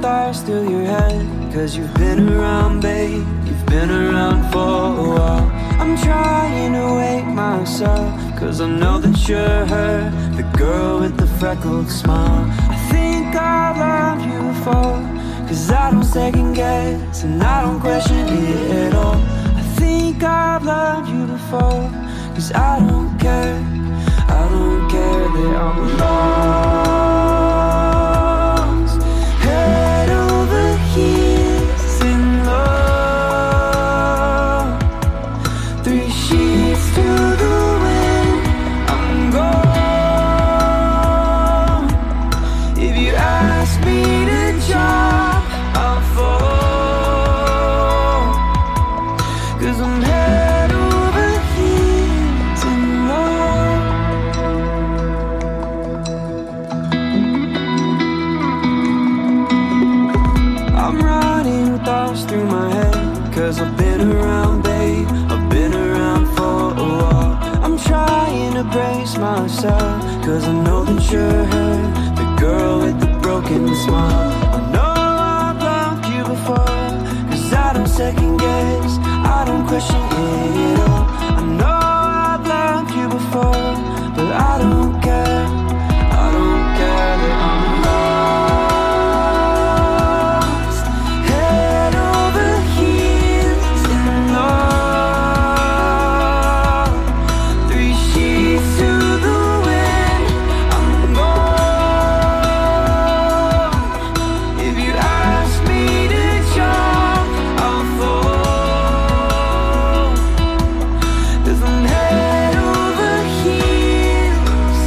Through your head, 'cause you've been around, babe, you've been around for a while. I'm trying to wake myself, 'cause I know that you're her, the girl with the freckled smile. I think I've loved you before, 'cause I don't second guess and I don't question it at all. I think I've loved you before, 'cause I don't care that I'm lost, head over heels in love, 3 sheets to the wind, I'm gone. If you ask me to jump, I'll fall, 'cause I'm head over heels in love. I'm running thoughts through my head, 'cause I've been around, babe, I've been around for a while. I'm trying to brace myself, 'cause I know that you're her, the girl with the broken smile. I know I've loved you before, 'cause I don't second guess, I don't question it at all. I know I've loved you before, but I don't care that I'm lost, head over heels in love, 3 sheets to the wind, I'm gone. If you ask me to jump, I'll fall, 'cause I'm head over heels.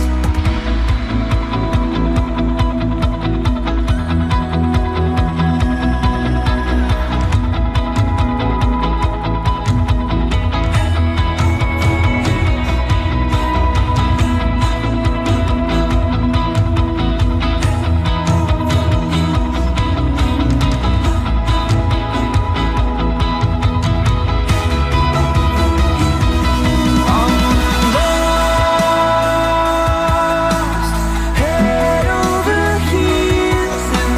Head over heels in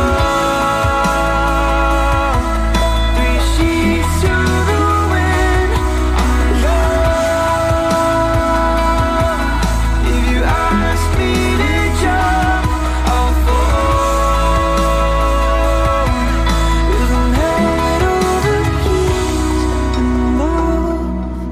love, 3 sheets to the wind, I'm gone. If you ask me to jump, I'll fall, 'cause I'm head over heels in love.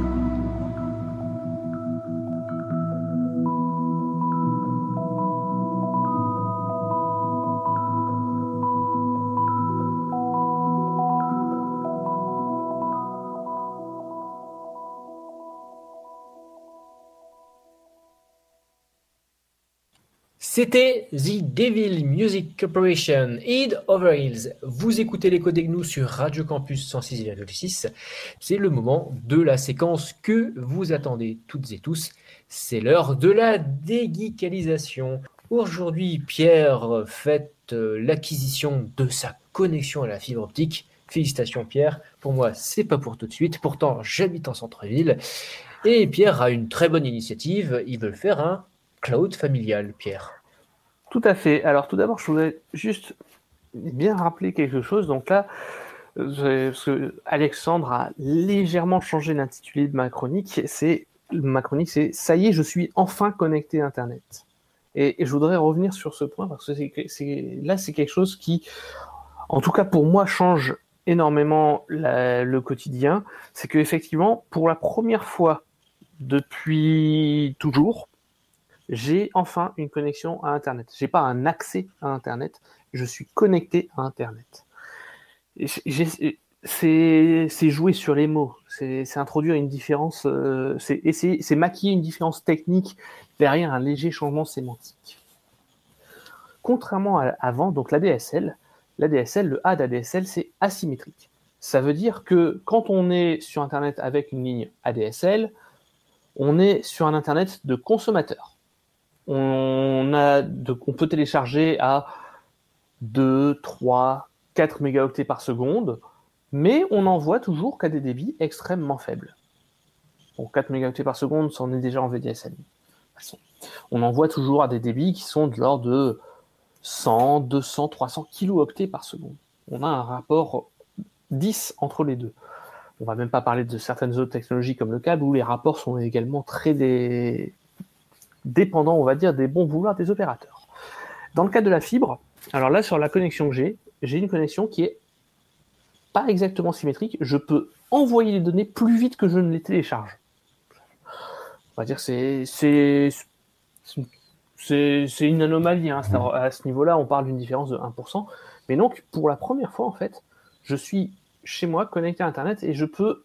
C'était The Devil Music Corporation, Head Over Heels. Vous écoutez les Codes Gnous sur Radio Campus 106,6. C'est le moment de la séquence que vous attendez toutes et tous. C'est l'heure de la dégeekalisation. Aujourd'hui, Pierre fête l'acquisition de sa connexion à la fibre optique. Félicitations Pierre. Pour moi, c'est pas pour tout de suite. Pourtant, j'habite en centre-ville. Et Pierre a une très bonne initiative. Il veut faire un cloud familial, Pierre. Tout à fait. Alors tout d'abord, je voudrais juste bien rappeler quelque chose. Donc là, parce que Alexandre a légèrement changé l'intitulé de ma chronique. C'est ça y est, je suis enfin connecté à Internet. Et je voudrais revenir sur ce point parce que c'est quelque chose qui, en tout cas pour moi, change énormément le quotidien. C'est que effectivement, pour la première fois depuis toujours, j'ai enfin une connexion à Internet. J'ai pas un accès à Internet, je suis connecté à Internet. C'est jouer sur les mots, c'est introduire une différence, c'est maquiller une différence technique derrière un léger changement sémantique. Contrairement à avant, donc l'ADSL, le A d'ADSL, c'est asymétrique. Ça veut dire que quand on est sur Internet avec une ligne ADSL, on est sur un Internet de consommateur. On peut télécharger à 2, 3, 4 mégaoctets par seconde, mais on n'envoie toujours qu'à des débits extrêmement faibles. Donc 4 mégaoctets par seconde, ça en est déjà en VDSL. On envoie toujours à des débits qui sont de l'ordre de 100, 200, 300 kilooctets par seconde. On a un rapport 10 entre les deux. On va même pas parler de certaines autres technologies comme le câble, où les rapports sont également très dépendants, on va dire, des bons vouloirs des opérateurs. Dans le cas de la fibre, alors là, sur la connexion que j'ai une connexion qui est pas exactement symétrique. Je peux envoyer les données plus vite que je ne les télécharge. On va dire que c'est une anomalie. Hein. À ce niveau-là, on parle d'une différence de 1%. Mais donc, pour la première fois, en fait, je suis chez moi connecté à Internet et je peux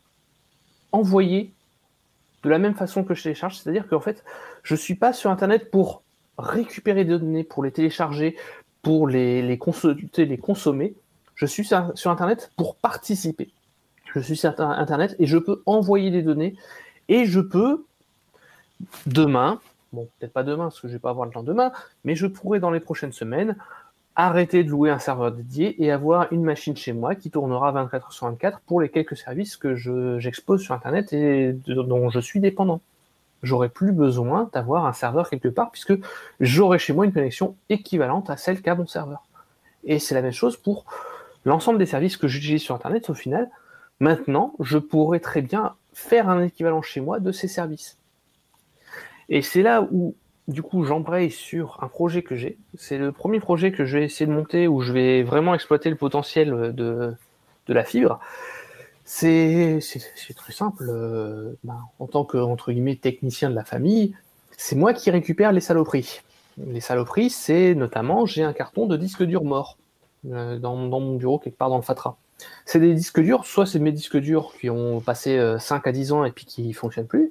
envoyer de la même façon que je télécharge. C'est-à-dire qu'en fait, je ne suis pas sur Internet pour récupérer des données, pour les télécharger, pour les consulter, les consommer. Je suis sur Internet pour participer. Je suis sur Internet et je peux envoyer des données et je peux, demain, bon, peut-être pas demain parce que je vais pas avoir le temps demain, mais je pourrais dans les prochaines semaines arrêter de louer un serveur dédié et avoir une machine chez moi qui tournera 24 heures sur 24 pour les quelques services que j'expose sur Internet et dont je suis dépendant. J'aurai plus besoin d'avoir un serveur quelque part puisque j'aurai chez moi une connexion équivalente à celle qu'a mon serveur. Et c'est la même chose pour l'ensemble des services que j'utilise sur Internet. Au final, maintenant, je pourrais très bien faire un équivalent chez moi de ces services. Et c'est là où, du coup, j'embraye sur un projet que j'ai. C'est le premier projet que je vais essayer de monter où je vais vraiment exploiter le potentiel de la fibre. C'est très simple. En tant que, entre guillemets, technicien de la famille, c'est moi qui récupère les saloperies. Les saloperies, c'est notamment, j'ai un carton de disque dur mort dans mon bureau, quelque part dans le Fatra. C'est des disques durs, soit c'est mes disques durs qui ont passé 5 à 10 ans et puis qui ne fonctionnent plus,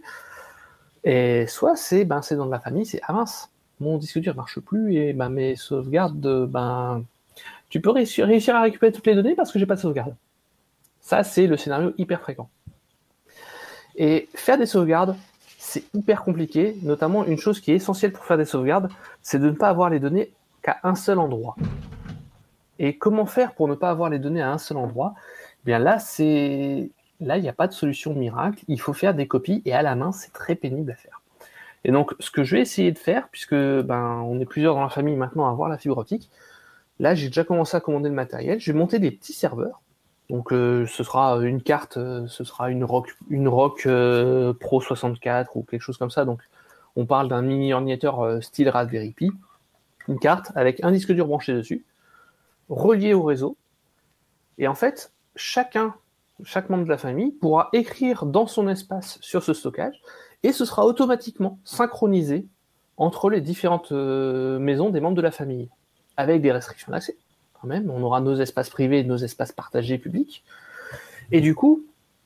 et soit c'est dans de la famille, c'est mince, mon disque dur ne marche plus et mes sauvegardes, tu peux réussir à récupérer toutes les données parce que j'ai pas de sauvegarde. Ça, c'est le scénario hyper fréquent. Et faire des sauvegardes, c'est hyper compliqué, notamment une chose qui est essentielle pour faire des sauvegardes, c'est de ne pas avoir les données qu'à un seul endroit. Et comment faire pour ne pas avoir les données à un seul endroit ? Eh bien là, il n'y a pas de solution miracle, il faut faire des copies, et à la main, c'est très pénible à faire. Et donc, ce que je vais essayer de faire, puisque on est plusieurs dans la famille maintenant à avoir la fibre optique, là, j'ai déjà commencé à commander le matériel, je vais monter des petits serveurs. Donc, ce sera une carte, ce sera une ROC Pro 64 ou quelque chose comme ça. Donc, on parle d'un mini ordinateur style Raspberry Pi, une carte avec un disque dur branché dessus, relié au réseau. Et en fait, chaque membre de la famille pourra écrire dans son espace sur ce stockage et ce sera automatiquement synchronisé entre les différentes maisons des membres de la famille, avec des restrictions d'accès. Quand même, on aura nos espaces privés et nos espaces partagés publics. Et du coup,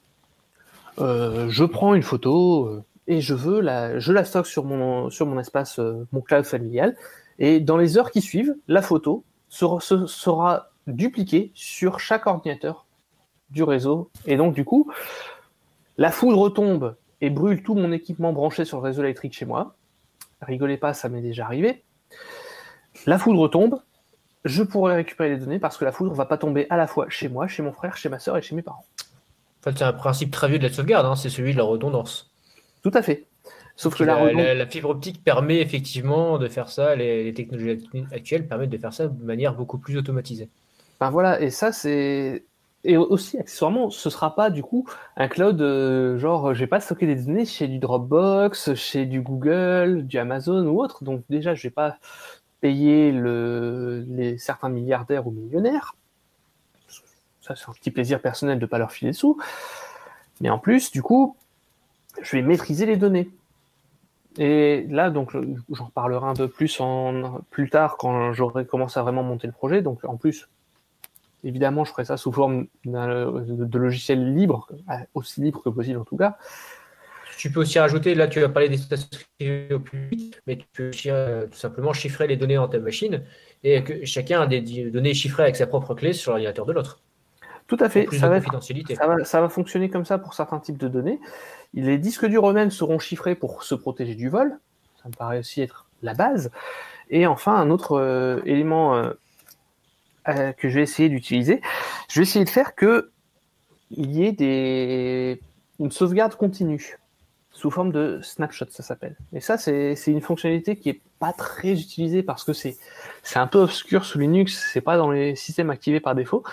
je prends une photo et je la stocke sur mon espace, mon cloud familial. Et dans les heures qui suivent, la photo sera dupliquée sur chaque ordinateur du réseau. Et donc, du coup, la foudre tombe et brûle tout mon équipement branché sur le réseau électrique chez moi. Rigolez pas, ça m'est déjà arrivé. La foudre tombe, je pourrai récupérer les données parce que la foudre ne va pas tomber à la fois chez moi, chez mon frère, chez ma sœur et chez mes parents. En fait, c'est un principe très vieux de la sauvegarde, hein, c'est celui de la redondance. Tout à fait. Sauf que la fibre optique permet effectivement de faire ça, les technologies actuelles permettent de faire ça de manière beaucoup plus automatisée. Voilà, et ça c'est... Et aussi, accessoirement, ce sera pas du coup un cloud genre, je vais pas stocker des données chez du Dropbox, chez du Google, du Amazon ou autre. Donc déjà, je vais pas payer certains milliardaires ou millionnaires. Ça, c'est un petit plaisir personnel de pas leur filer dessous. Mais en plus, du coup, je vais maîtriser les données. Et là, donc, j'en reparlerai un peu plus plus tard quand j'aurai commencé à vraiment monter le projet. Donc, en plus, évidemment, je ferai ça sous forme de logiciel libre, aussi libre que possible en tout cas. Tu peux aussi rajouter, là tu vas parler des statistiques au public, mais tu peux aussi tout simplement chiffrer les données dans ta machine et que chacun a des données chiffrées avec sa propre clé sur l'ordinateur de l'autre. Tout à fait, ça va fonctionner comme ça pour certains types de données. Les disques durs eux-mêmes seront chiffrés pour se protéger du vol, ça me paraît aussi être la base. Et enfin, un autre élément que je vais essayer d'utiliser, je vais essayer de faire qu'il y ait une sauvegarde continue, sous forme de snapshot, ça s'appelle. Et ça, c'est une fonctionnalité qui est pas très utilisée parce que c'est un peu obscur sous Linux, c'est pas dans les systèmes activés par défaut.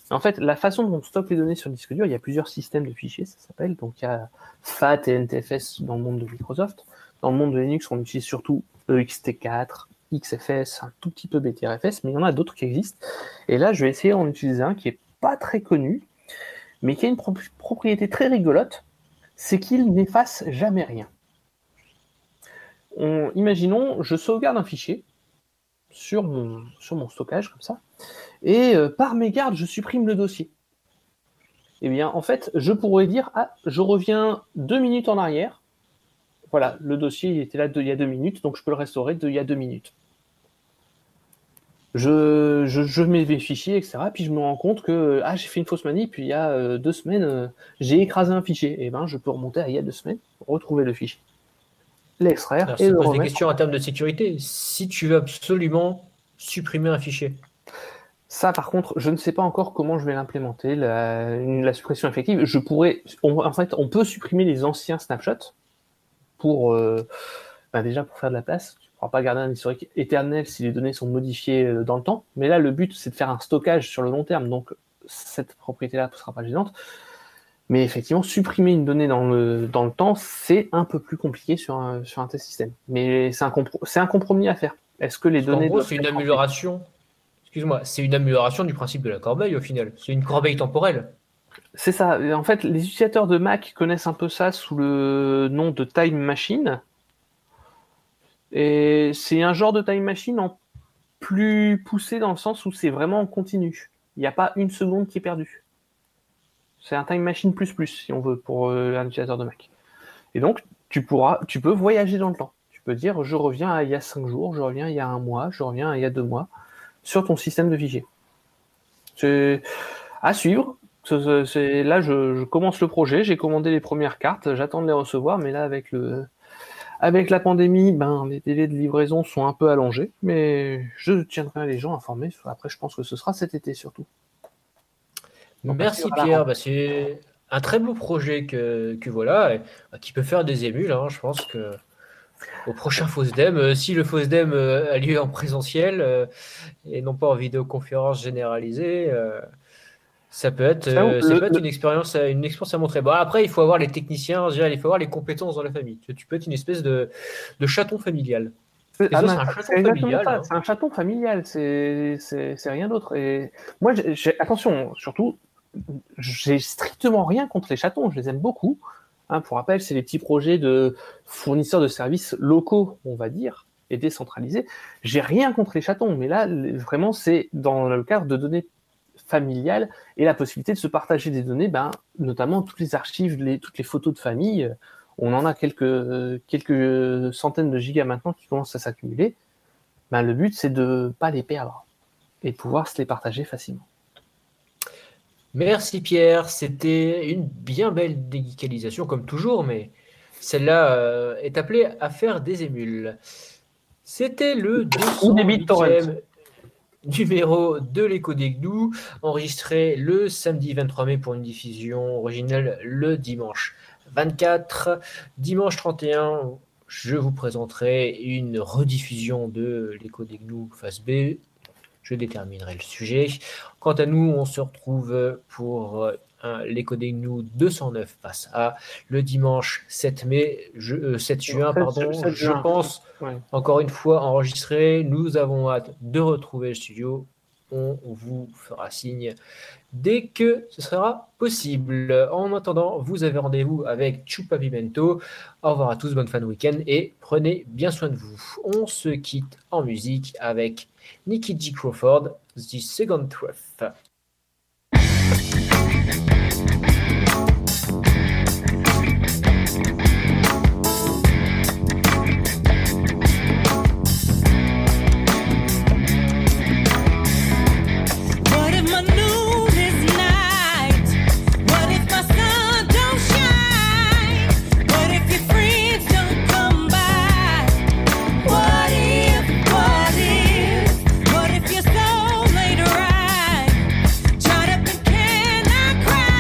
En fait, la façon dont on stocke les données sur le disque dur, il y a plusieurs systèmes de fichiers, ça s'appelle. Donc, il y a FAT et NTFS dans le monde de Microsoft. Dans le monde de Linux, on utilise surtout ext4, XFS, un tout petit peu BTRFS, mais il y en a d'autres qui existent. Et là, je vais essayer d'en utiliser un qui est pas très connu, mais qui a une propriété très rigolote, c'est qu'il n'efface jamais rien. Imaginons, je sauvegarde un fichier sur mon stockage, comme ça, et par mégarde, je supprime le dossier. Eh bien, en fait, je pourrais dire, je reviens 2 minutes en arrière. Voilà, le dossier il était là il y a 2 minutes, donc je peux le restaurer il y a 2 minutes. Je mets mes fichiers, etc. Puis je me rends compte que j'ai fait une fausse manip, puis il y a 2 semaines, j'ai écrasé un fichier. Et ben, je peux remonter à il y a 2 semaines, retrouver le fichier, l'extraire. Alors, et ça le pose remettre. des questions en termes de sécurité. Si tu veux absolument supprimer un fichier, Ça, par contre, je ne sais pas encore comment je vais l'implémenter, la suppression effective. On peut supprimer les anciens snapshots pour déjà pour faire de la place. Tu ne pourras pas garder un historique éternel si les données sont modifiées dans le temps. Mais là, le but, c'est de faire un stockage sur le long terme. Donc, cette propriété-là ne sera pas gênante. Mais effectivement, supprimer une donnée dans le temps, c'est un peu plus compliqué sur un tel système. Mais c'est un compromis à faire. Est-ce que les données... En gros, c'est une amélioration. Excuse-moi, c'est une amélioration du principe de la corbeille au final. C'est une corbeille temporelle. C'est ça. En fait, les utilisateurs de Mac connaissent un peu ça sous le nom de Time Machine. Et c'est un genre de Time Machine en plus poussé dans le sens où c'est vraiment en continu. Il n'y a pas une seconde qui est perdue. C'est un Time Machine plus, si on veut, pour un utilisateur de Mac. Et donc, tu peux voyager dans le temps. Tu peux dire, je reviens à il y a 5 jours, je reviens il y a 1 mois, je reviens à il y a 2 mois, sur ton système de fichiers. C'est à suivre. Là, je commence le projet, j'ai commandé les premières cartes, j'attends de les recevoir, mais là, avec la pandémie, les délais de livraison sont un peu allongés, mais je tiendrai les gens informés. Après, je pense que ce sera cet été surtout. Donc, merci Pierre, c'est un très beau projet qui peut faire des émules. Je pense que au prochain FOSDEM, si le FOSDEM a lieu en présentiel et non pas en vidéoconférence généralisée, ça peut être, une expérience à montrer. Bon, après, il faut avoir les techniciens, il faut avoir les compétences dans la famille. Tu peux être une espèce de chaton familial. C'est un chaton familial, c'est rien d'autre. Et moi, attention, surtout, j'ai strictement rien contre les chatons, je les aime beaucoup. Pour rappel, c'est les petits projets de fournisseurs de services locaux, on va dire, et décentralisés. J'ai rien contre les chatons, mais là, vraiment, c'est dans le cadre de données familiales et la possibilité de se partager des données, notamment toutes les archives, toutes les photos de famille. On en a quelques centaines de gigas maintenant qui commencent à s'accumuler. Le but, c'est de ne pas les perdre et de pouvoir se les partager facilement. Merci Pierre, c'était une bien belle déguicalisation comme toujours, mais celle-là est appelée à faire des émules. C'était le 208e numéro de l'Écho des Gnous, enregistré le samedi 23 mai pour une diffusion originale le dimanche 24. Dimanche 31, je vous présenterai une rediffusion de l'Écho des Gnous phase B. Je déterminerai le sujet. Quant à nous, on se retrouve pour l'Écho des Gnous 209 face A le dimanche 7 juin, je pense, encore une fois enregistré. Nous avons hâte de retrouver le studio. On vous fera signe dès que ce sera possible. En attendant, vous avez rendez-vous avec Chupa Pimento. Au revoir à tous, bonne fin de week-end et prenez bien soin de vous. On se quitte en musique avec Nicky G. Crawford, The Second Truth. Cry.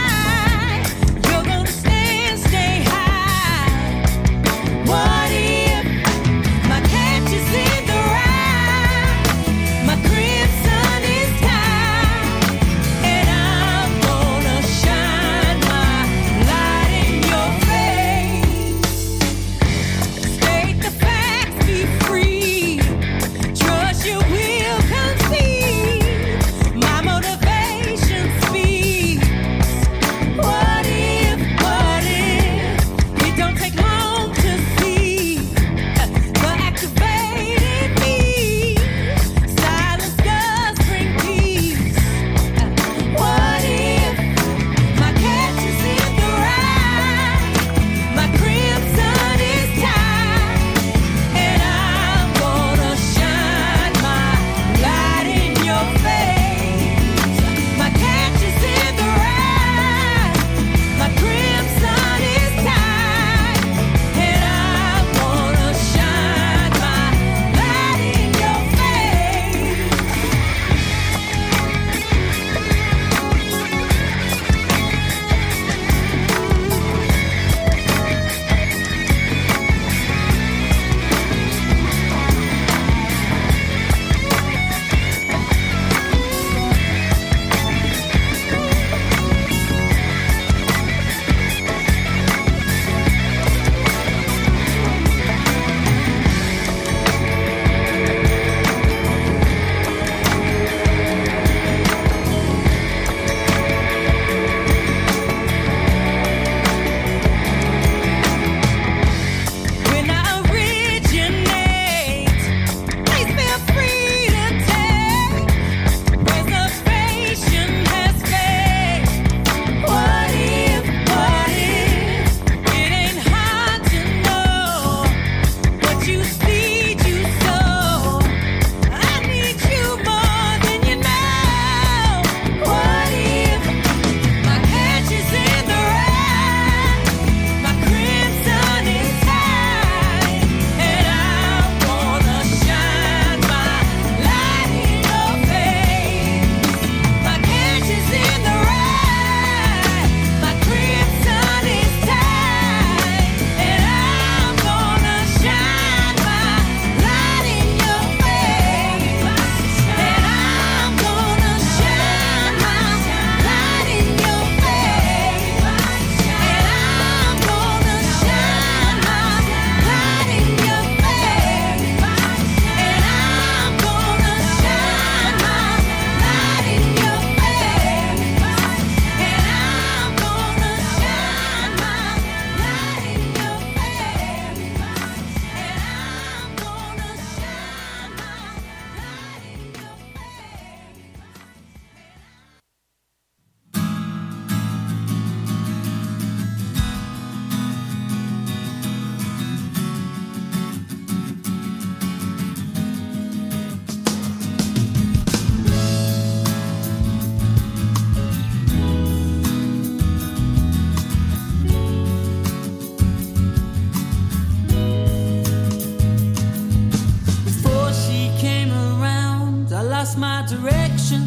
lost my direction.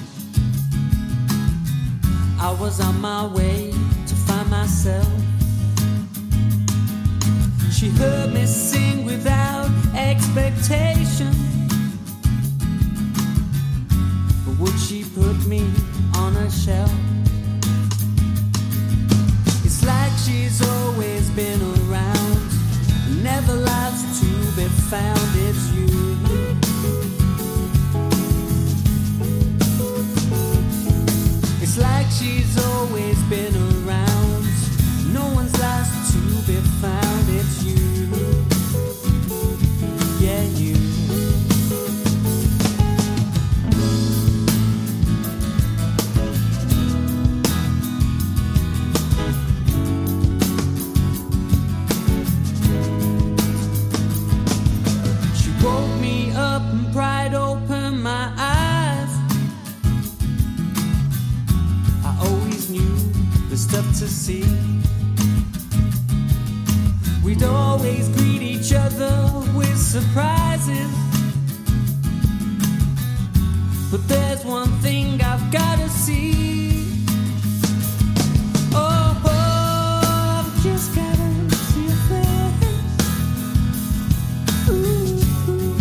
I was on my way to find myself. She heard me sing without expectation. But would she put me on a shelf? It's like she's always been around, never lost to be found. It's you. It's like she's always been around, no one's lost to be found. It's you, yeah, you. She woke me up and pried open my eyes. I always knew the stuff to see. We'd always greet each other with surprises. But there's one thing I've gotta see. Oh, I've just gotta see your face. Ooh, ooh.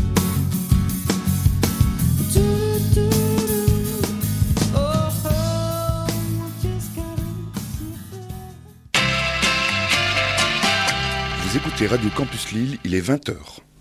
Do-do-do-do. Oh, I've just gotta see your face. Vous écoutez Radio Campus Lille, il est 20h.